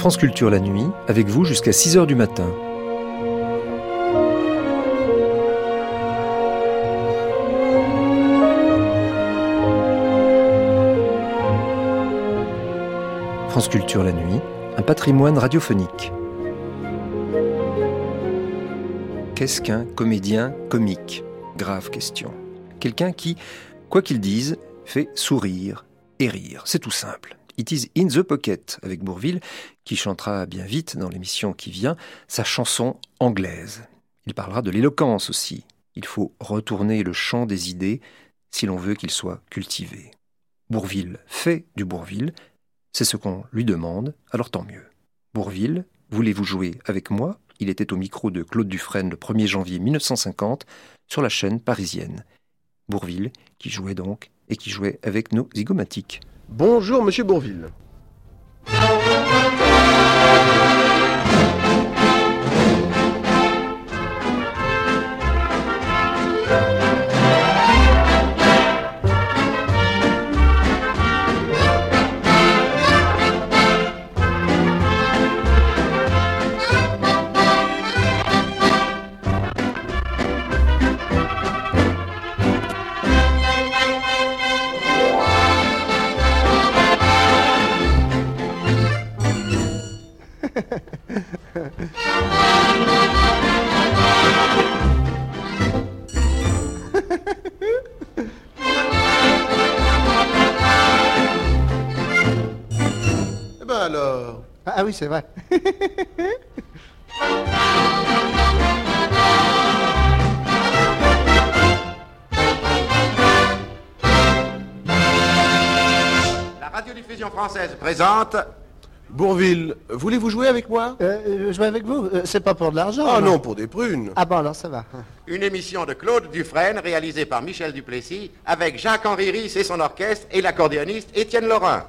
France Culture la nuit, avec vous jusqu'à 6h du matin. France Culture la nuit, un patrimoine radiophonique. Qu'est-ce qu'un comédien comique ? Grave question. Quelqu'un qui, quoi qu'il dise, fait sourire et rire. C'est tout simple. It is in the pocket, avec Bourvil, qui chantera bien vite dans l'émission qui vient, sa chanson anglaise. Il parlera de l'éloquence aussi. Il faut retourner le champ des idées si l'on veut qu'il soit cultivé. Bourvil fait du Bourvil, c'est ce qu'on lui demande, alors tant mieux. Bourvil, voulez-vous jouer avec moi ? Il était au micro de Claude Dufresne le 1er janvier 1950 sur la chaîne parisienne. Bourvil, qui jouait donc et qui jouait avec nos zygomatiques. Bonjour, monsieur Bourvil. Alors... Ah oui, c'est vrai. La radiodiffusion française présente... Bourvil, voulez-vous jouer avec moi ? Jouer avec vous c'est pas pour de l'argent. Ah non, pour des prunes. Ah bon, alors ça va. Une émission de Claude Dufresne réalisée par Michel Duplessis avec Jacques-Henri Ris et son orchestre et l'accordéoniste Étienne Laurin.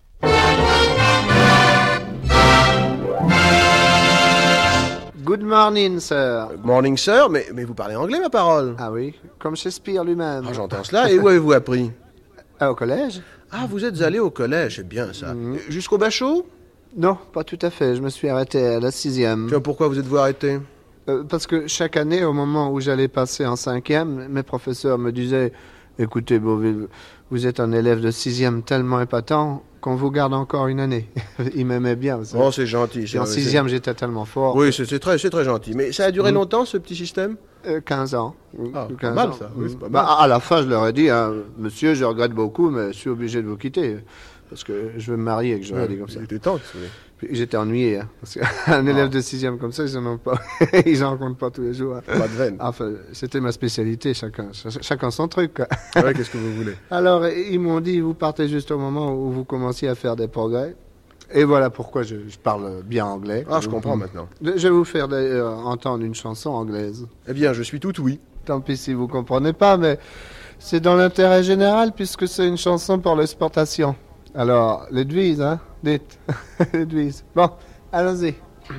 Good morning, sir. Good morning, sir, mais vous parlez anglais, ma parole. Ah oui, comme Shakespeare lui-même. Ah, j'entends cela, et où avez-vous appris ? Ah, au collège ? Ah, vous êtes allé au collège, c'est bien ça. Jusqu'au bachot ? Non, pas tout à fait, je me suis arrêté à la 6e. Tiens, pourquoi vous êtes-vous arrêté ? Parce que chaque année, au moment où j'allais passer en 5e, mes professeurs me disaient « Écoutez, Bourvil, vous êtes un élève de 6e tellement épatant qu'on vous garde encore une année. » Ils m'aimaient bien. Oh, c'est gentil. En 6e, j'étais tellement fort. Oui, c'est très gentil. Mais ça a duré longtemps, ce petit système ? 15 ans. Ah, 15 pas mal, ans. ça. Oui, c'est pas mal. À la fin, je leur ai dit, monsieur, je regrette beaucoup, mais je suis obligé de vous quitter. Parce que je veux me marier, que je leur ai dit comme ça. Il était temps, qu'est-ce que vous voulez. Puis j'étais ennuyé, parce qu'un élève de 6e comme ça, ils n'en ont pas. Ils en rencontrent pas tous les jours. Pas de veine. Enfin, c'était ma spécialité, chacun son truc, quoi. Ouais, qu'est-ce que vous voulez. Alors, ils m'ont dit, vous partez juste au moment où vous commenciez à faire des progrès. Et voilà pourquoi je parle bien anglais. Ah, je comprends maintenant. Je vais vous faire entendre une chanson anglaise. Eh bien, je suis tout oui. Tant pis si vous comprenez pas, mais c'est dans l'intérêt général puisque c'est une chanson pour l'exportation. Alors, les devises, hein, dites. Les devises. Bon, allons-y.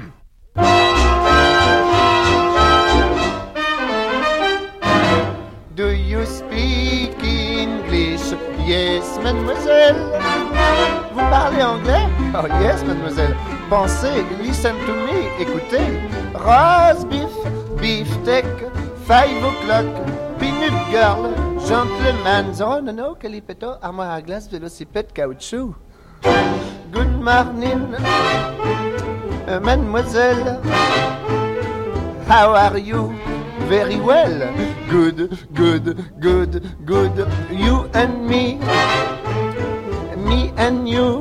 Do you speak English? Yes, mademoiselle. Vous parlez anglais? Oh, yes, mademoiselle. Pensez, listen to me, écoutez. Roast beef, beefsteak, 5 o'clock, peanut girl, gentleman. Oh, no, calipetto, armoire à glace, vélocipède, caoutchouc. Good morning, mademoiselle. How are you? Very well. Good, good, good, good. You and me and you.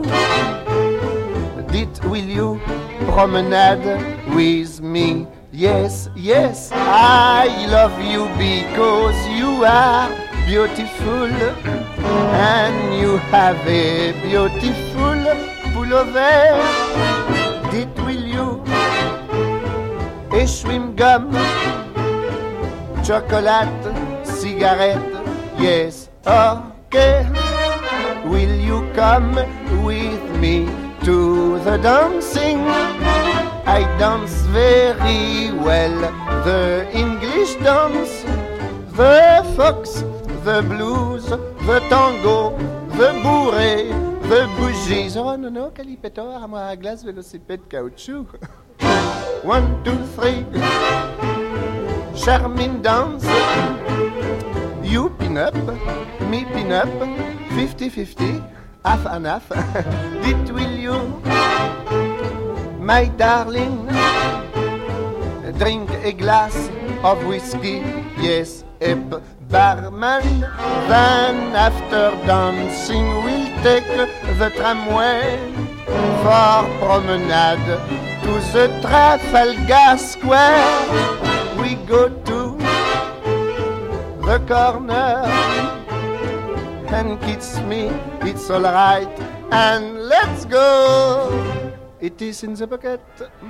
Will you promenade with me? Yes, yes, I love you because you are beautiful and you have a beautiful pullover. Will you a chewing gum, chocolate, cigarette? Yes, okay. Will you come with me to the dancing? I dance very well the English dance, the fox, the blues, the tango, the bourrée, The bougies, oh non, non, calipetor, armoire à glace, vélocipède, caoutchouc. 1, 2, 3. Charming dance. You pin up, me pin up. 50-50, half and half. It will you, my darling, drink a glass of whiskey, yes, hip barman. Then after dancing we'll take the tramway for promenade to the Trafalgar Square. We go to the corner and kiss me, it's all right, and let's go. It is in the pocket.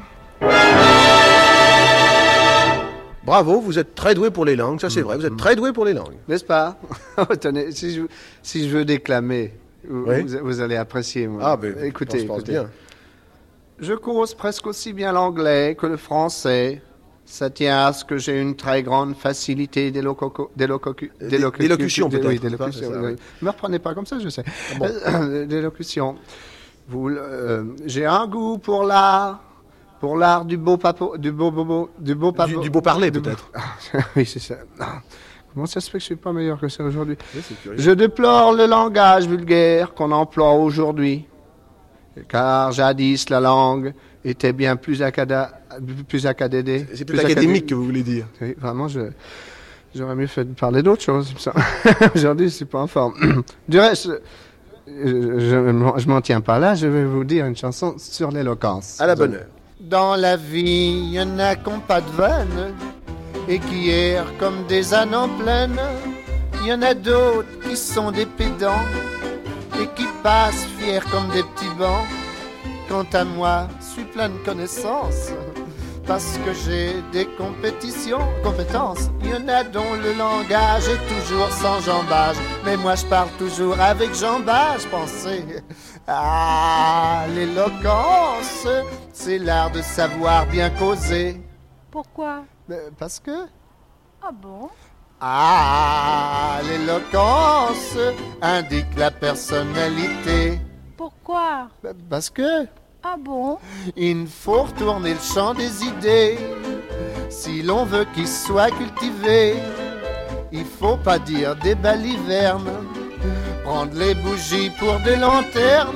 Bravo, vous êtes très doué pour les langues, ça c'est vrai, vous êtes très doué pour les langues. N'est-ce pas? Tenez, si je veux déclamer, Oui. vous allez apprécier. Moi. Ah, ben, écoutez, je pense écoutez. bien. Je cause presque aussi bien l'anglais que le français. Ça tient à ce que j'ai une très grande facilité d'élocution, peut-être. Oui, C'est d'élocution. ça, Oui. oui. Me reprenez pas comme ça, je sais. Ah bon. D'élocution. J'ai un goût pour l'art du beau papo, du beau parler, peut-être. Oui, c'est ça. Comment ça se fait que je suis pas meilleur que ça aujourd'hui? Oui, c'est curieux. Je déplore le langage vulgaire qu'on emploie aujourd'hui, car jadis la langue était bien plus acadédée. C'est plus académique que vous voulez dire. Oui, vraiment, j'aurais mieux fait de parler d'autre chose. Aujourd'hui, je suis pas en forme. Du reste, je m'en tiens pas là. Je vais vous dire une chanson sur l'éloquence. À la bonne heure. Dans la vie, il y en a qui n'ont pas de vanne et qui errent comme des ânes en plaine. Il y en a d'autres qui sont des pédants et qui passent fiers comme des petits bancs. Quant à moi, je suis plein de connaissances parce que j'ai des compétences. Il y en a dont le langage est toujours sans jambage, mais moi je parle toujours avec jambage. Pensez à l'éloquence, c'est l'art de savoir bien causer. Pourquoi? Parce que... Ah bon? Ah, l'éloquence indique la personnalité. Pourquoi? Parce que... Ah bon? Il faut retourner le champ des idées. Si l'on veut qu'il soit cultivé, il faut pas dire des balivernes, prendre les bougies pour des lanternes.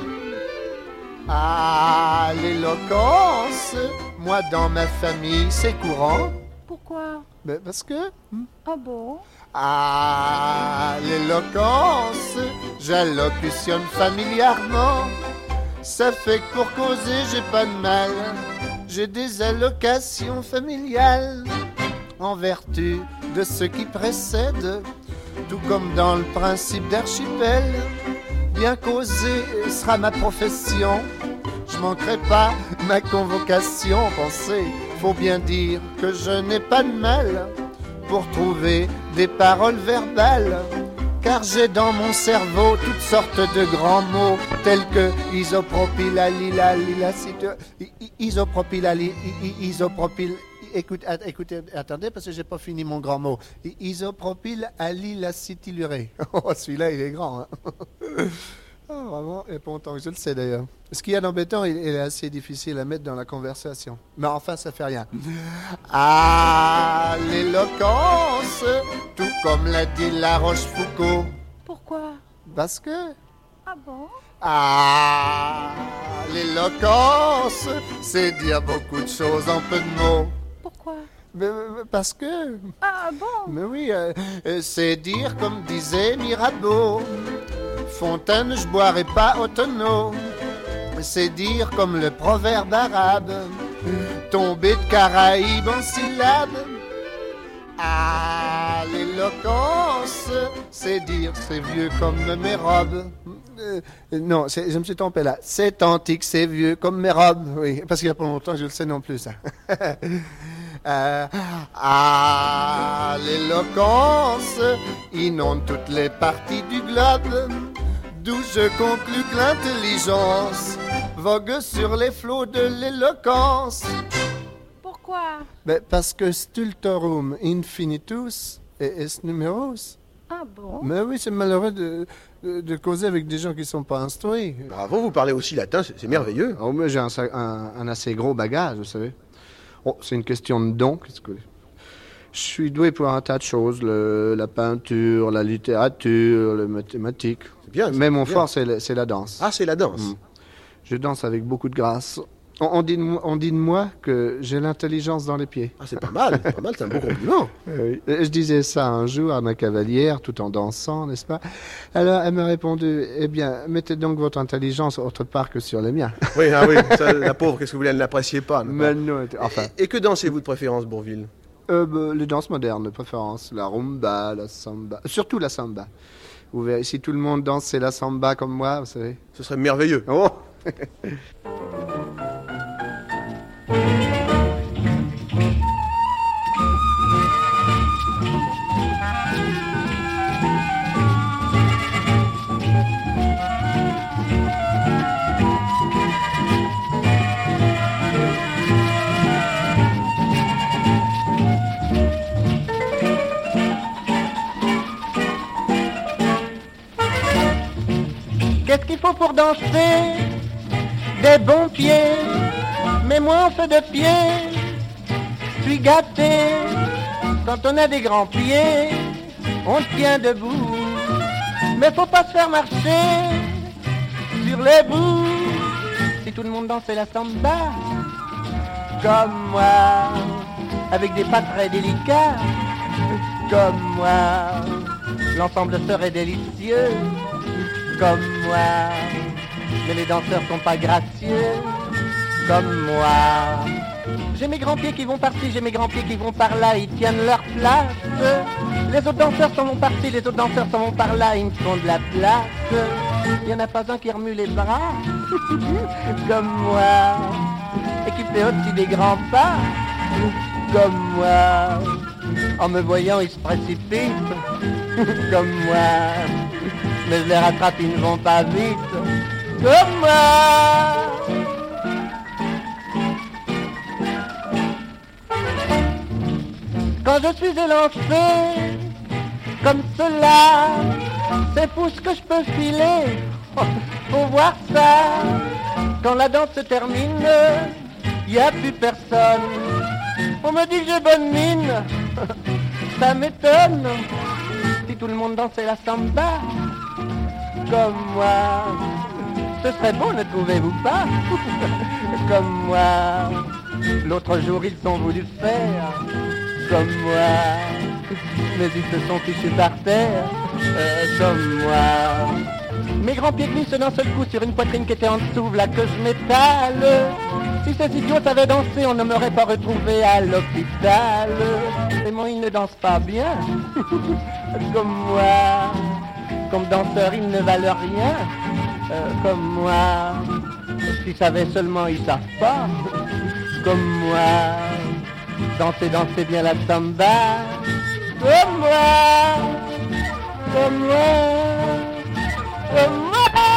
Ah, l'éloquence, moi dans ma famille c'est courant. Pourquoi? Parce que... Ah bon? Ah, l'éloquence, j'allocutionne familièrement. Ça fait que pour causer, j'ai pas de mal. J'ai des allocations familiales en vertu de ce qui précède, tout comme dans le principe d'archipel. Bien causer sera ma profession. Je manquerai pas ma convocation. Pensez, faut bien dire que je n'ai pas de mal pour trouver des paroles verbales. Car j'ai dans mon cerveau toutes sortes de grands mots tels que isopropyl. Écoutez, attendez parce que j'ai pas fini mon grand mot. Isopropyl alylacétyluré. Oh, celui-là, il est grand. Hein. Oh, vraiment, et pas longtemps que je le sais d'ailleurs. Ce qu'il y a d'embêtant, il est assez difficile à mettre dans la conversation. Mais enfin, ça fait rien. Ah, l'éloquence, tout comme l'a dit La Rochefoucauld. Pourquoi? Parce que... Ah bon? Ah, l'éloquence, c'est dire beaucoup de choses en peu de mots. Pourquoi? Parce que... Ah bon? Mais oui, c'est dire comme disait Mirabeau. Fontaine, je boirai pas au tonneau. C'est dire comme le proverbe arabe. Tomber de Caraïbes en syllabes. Ah, l'éloquence, c'est dire c'est vieux comme mes robes. Non, je me suis trompé là. C'est antique, c'est vieux comme mes robes. Oui, parce qu'il n'y a pas longtemps que je le sais non plus, ça. Ah, l'éloquence inonde toutes les parties du globe. D'où je conclus que l'intelligence vogue sur les flots de l'éloquence. Pourquoi? Parce que stultorum infinitus est numerus. Ah bon? Mais oui, c'est malheureux de causer avec des gens qui sont pas instruits. Bravo, vous parlez aussi latin, c'est merveilleux. Oh, mais j'ai un assez gros bagage, vous savez. Oh, c'est une question de don. Je suis doué pour un tas de choses, la peinture, la littérature, les mathématiques. C'est bien. Mais mon fort, c'est la danse. Ah, c'est la danse. Je danse avec beaucoup de grâce. On dit de moi que j'ai l'intelligence dans les pieds. Ah, c'est pas mal, c'est un beau compliment. Oui. Je disais ça un jour à ma cavalière, tout en dansant, n'est-ce pas? Alors, elle m'a répondu, eh bien, mettez donc votre intelligence autre part que sur les miens. Oui, ça, la pauvre, qu'est-ce que vous voulez, elle n'appréciait pas. Mais non, enfin... Et que dansez-vous de préférence, Bourvil? Les danses modernes de préférence, la rumba, la samba, surtout la samba. Vous verrez, si tout le monde danse, c'est la samba comme moi, vous savez. Ce serait merveilleux. Oh. Qu'est-ce qu'il faut pour danser? Des bons pieds, mais moi en feu de pied, je suis gâté. Quand on a des grands pieds, on tient debout, mais faut pas se faire marcher sur les bouts. Si tout le monde dansait la samba, comme moi, avec des pas très délicats, comme moi, l'ensemble serait délicieux, comme moi. Mais les danseurs sont pas gracieux, comme moi. J'ai mes grands pieds qui vont par-ci, j'ai mes grands pieds qui vont par-là, ils tiennent leur place. Les autres danseurs s'en vont par-ci, les autres danseurs s'en vont par-là, ils me font de la place. Il y en a pas un qui remue les bras, comme moi, et qui fait aussi des grands pas, comme moi. En me voyant, ils se précipitent, comme moi. Mais je les rattrape, ils ne vont pas vite, comme moi. Quand je suis élancé, comme cela, c'est fou ce que je peux filer, faut voir ça. Quand la danse se termine, y a plus personne. On me dit que j'ai bonne mine, ça m'étonne. Si tout le monde dansait la samba, comme moi, ce serait beau, ne trouvez-vous pas? Comme moi, l'autre jour ils sont voulu faire, comme moi, mais ils se sont fichus par terre, comme moi. Mes grands pieds glissent d'un seul coup sur une poitrine qui était en dessous, là que je m'étale. Si ces idiots savaient danser, on ne m'aurait pas retrouvé à l'hôpital. Et moi, ils ne dansent pas bien, comme moi. Comme danseurs, ils ne valent rien, comme moi. S'ils savaient seulement, ils savent pas, comme moi. Danser bien la samba, comme moi, comme moi, comme moi.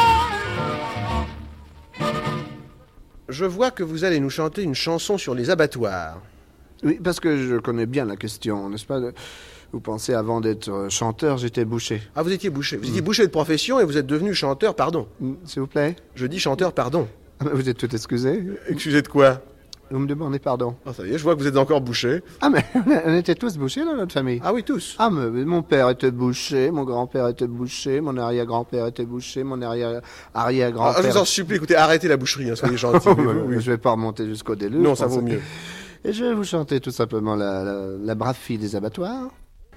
Je vois que vous allez nous chanter une chanson sur les abattoirs. Oui, parce que je connais bien la question, n'est-ce pas? Vous pensez, avant d'être chanteur, j'étais boucher. Ah, vous étiez boucher. Vous étiez boucher de profession et vous êtes devenu chanteur, pardon. S'il vous plaît? Je dis chanteur, pardon. Ah, mais vous êtes tout excusé. Excusez de quoi? Vous me demandez pardon. Ah, ça y est, je vois que vous êtes encore boucher. Ah, mais on était tous bouchers dans notre famille. Ah oui, tous. Ah, mais mon père était boucher, mon grand-père était boucher, mon arrière-grand-père était boucher, mon arrière-arrière-grand-père... Ah, je vous en supplie, écoutez, arrêtez la boucherie, hein, soyez gentil. Oui. Je vais pas remonter jusqu'au délus. Non, ça vaut mieux. Et je vais vous chanter tout simplement la brave fille des abattoirs.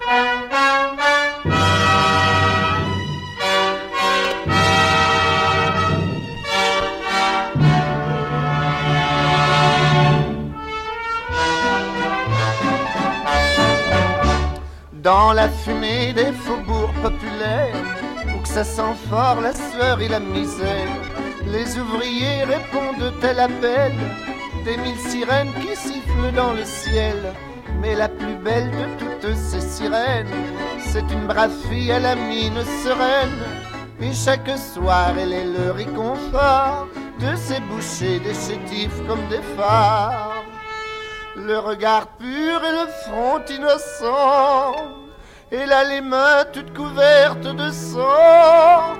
Dans la fumée des faubourgs populaires, où que ça sent fort la sueur et la misère, les ouvriers répondent à l'appel des 1000 sirènes qui sifflent dans le ciel. Mais la plus belle de toutes ces sirènes, c'est une brave fille à la mine sereine. Et chaque soir elle est le réconfort de ces bouchers, des chétifs comme des phares. Le regard pur et le front innocent, Elle a les mains toutes couvertes de sang.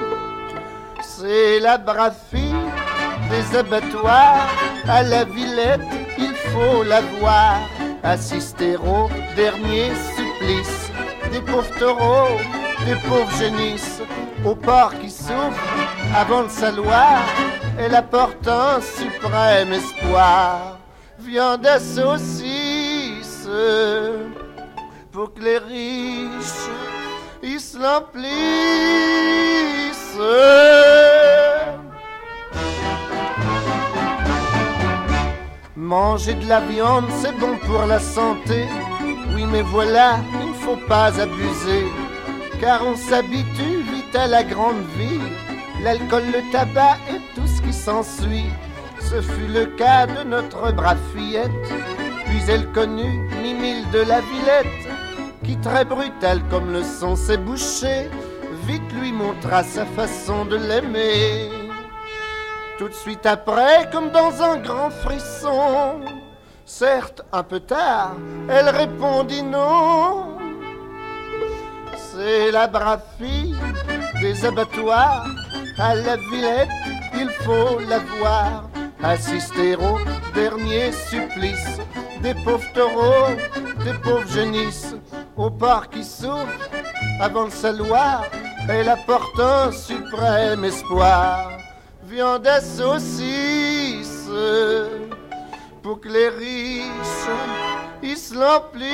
C'est la brave fille des abattoirs. À la Villette, il faut la voir. Assister au dernier supplice des pauvres taureaux, des pauvres génisses, au porc qui souffre avant le saloir. Elle apporte un suprême espoir. Viande à saucisse pour que les riches ils se l'emplissent. Manger de la viande, c'est bon pour la santé. Oui, mais voilà, il ne faut pas abuser, car on s'habitue vite à la grande vie. L'alcool, le tabac et tout ce qui s'ensuit. Ce fut le cas de notre brave fillette. Puis elle connut Mimile de la Villette, qui très brutale comme le sont ses bouchers, vite lui montra sa façon de l'aimer. Tout de suite après, comme dans un grand frisson, certes un peu tard, elle répondit non. C'est la brave fille des abattoirs. À la Villette, il faut la voir. Assister au dernier supplice des pauvres taureaux, des pauvres génisses, au porc qui souffre avant le saloir. Elle apporte un suprême espoir. Viande à saucisse pour que les riches ils se l'emplissent.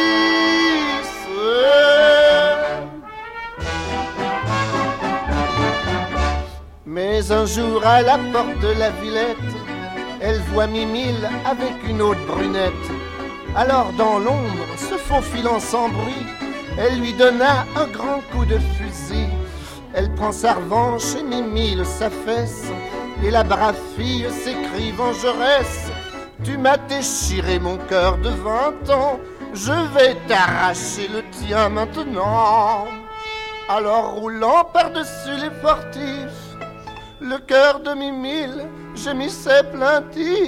Mais un jour à la porte de la Villette, elle voit Mimile avec une autre brunette. Alors dans l'ombre, se faufilant sans bruit, elle lui donna un grand coup de fusil. Elle prend sa revanche et Mimile s'affaisse, et la brave fille s'écrie vengeresse. Tu m'as déchiré mon cœur de 20 ans, je vais t'arracher le tien maintenant. Alors roulant par-dessus les fortifs, le cœur de Mimile gémissait plaintif.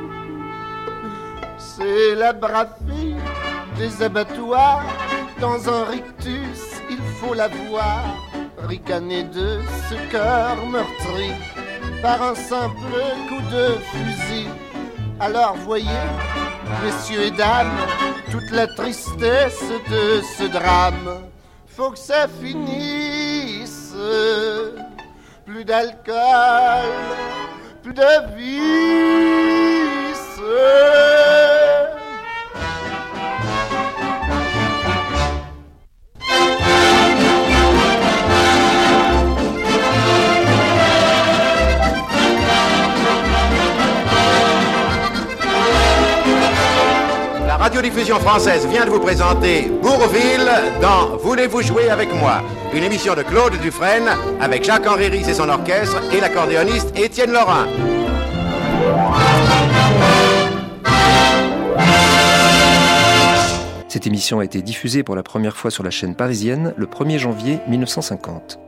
C'est la brave fille des abattoirs, dans un rictus il faut la voir, ricaner de ce cœur meurtri par un simple coup de fusil. Alors voyez, messieurs et dames, toute la tristesse de ce drame. Faut que ça finisse. Plus d'alcool, plus de vice. La radiodiffusion française vient de vous présenter Bourvil dans Voulez-vous jouer avec moi, une émission de Claude Dufresne avec Jacques-Henri Ries et son orchestre et l'accordéoniste Étienne Lorrain. Cette émission a été diffusée pour la première fois sur la chaîne parisienne le 1er janvier 1950.